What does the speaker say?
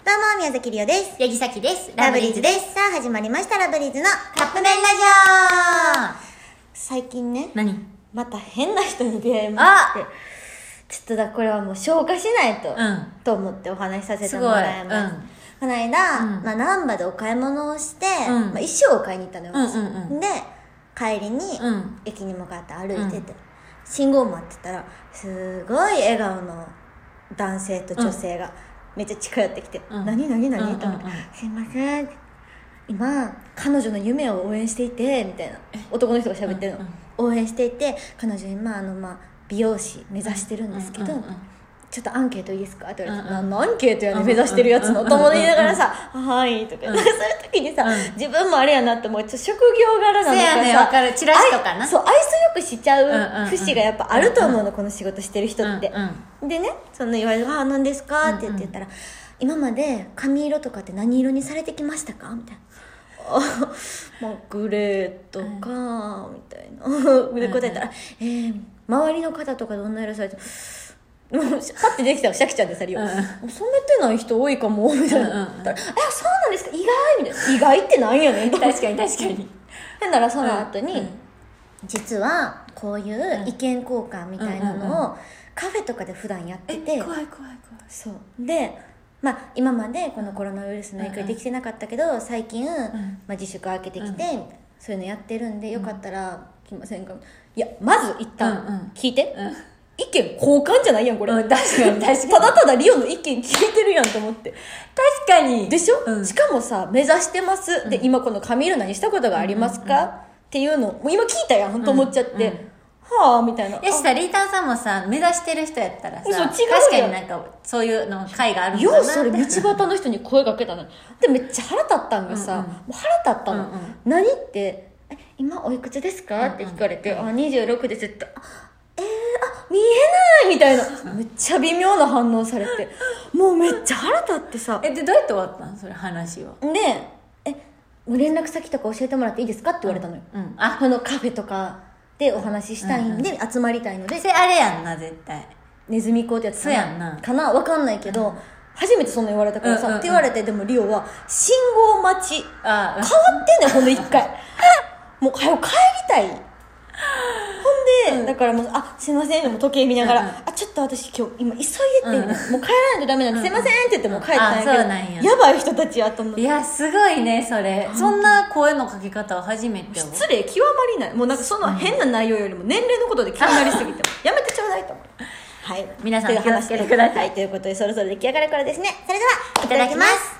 どうも、宮崎りおです。 八木咲です。 ラブリーズです。さあ、始まりました、ラブリーズのカップ麺ラジ最近ね、 オ。 また変な人に出会いまして、ちょっとこれはもう消化しないと、と思ってお話しさせてもらいます。この間、難波でお買い物をして、衣装を買いに行ったのよ、で、帰りに、駅に向かって歩いてて、信号待ってたら、すごい笑顔の男性と女性が、めっちゃ近寄ってきて、何と思って、すいません、今彼女の夢を応援していてみたいな、男の人が喋ってるの、応援していて、彼女今美容師目指してるんですけど、ちょっとアンケートいいですかって言われて、何のアンケートやね、目指してるやつのと思いながらさ、はいとか、そういう時にさ、自分もあれやなって思う、ちょっと職業柄なのかさ、 そうやね、わかる、チラシとかな、 そう、愛想よくしちゃう節がやっぱあると思うの、この仕事してる人って。でね、その言われて、何ですかって言ったら、今まで髪色とかって何色にされてきましたかみたいな。グレーとかみたいなで答えたら、周りの方とかどんな色されてパッてできたらシャキちゃんでさ、リオ染めてない人多いかもみたいな、そうなんですか、意外みたいな、意外ってなんやねん確かにほんならその後に、実はこういう意見交換みたいなのをカフェとかで普段やってて、 怖いそうで、今までこのコロナウイルスの影響できてなかったけど、最近、自粛明けてきて、そういうのやってるんで、よかったら来ませんか。いや、まず一旦聞いて、意見交換じゃないやんこれ、 確かにただただリオの意見聞いてるやんと思って。 確かにでしょ、しかもさ、目指してます、で今この髪色何したことがありますか、っていうのもう今聞いたやんと思っちゃって、はあみたいな。 よしさ、リーターさんもさ、目指してる人やったらさ、 そう違うやん、 確かになんかそういうの会があるのかなって。 ようそれ道端の人に声かけたので、めっちゃ腹立ったんがさ、もう腹立ったの、何って今おいくつですかって聞かれて、26ですって見えないみたいな、めっちゃ微妙な反応されて、もうめっちゃ腹立ってさ。 でどうやって終わったんそれ話は。 で、連絡先とか教えてもらっていいですかって言われたのよ、このカフェとかでお話ししたいんで、集まりたいので。 それあれやんな、絶対ネズミ講ってやつそうやんなかな、分かんないけど、初めてそんな言われたからさ、って言われて、でもリオは信号待ち変わってんねん、ほんで一回もう早く帰りたい。ほんで、だからもう、すいません、でも時計見ながら、ちょっと私今日今急いでって、もう帰らないとダメなんで、すいませんって言ってもう帰ったんやけど、 そうなんや、 やばい人たちやと思って。 いや、すごいね、それ。そんな声のかけ方は初めて。 失礼極まりない。もうなんかその変な内容よりも年齢のことで気になりすぎてもやめてちょうだいと思う。はい、 皆さん気をつけてください。 ということで、そろそろ出来上がるからですね。それではいただきます。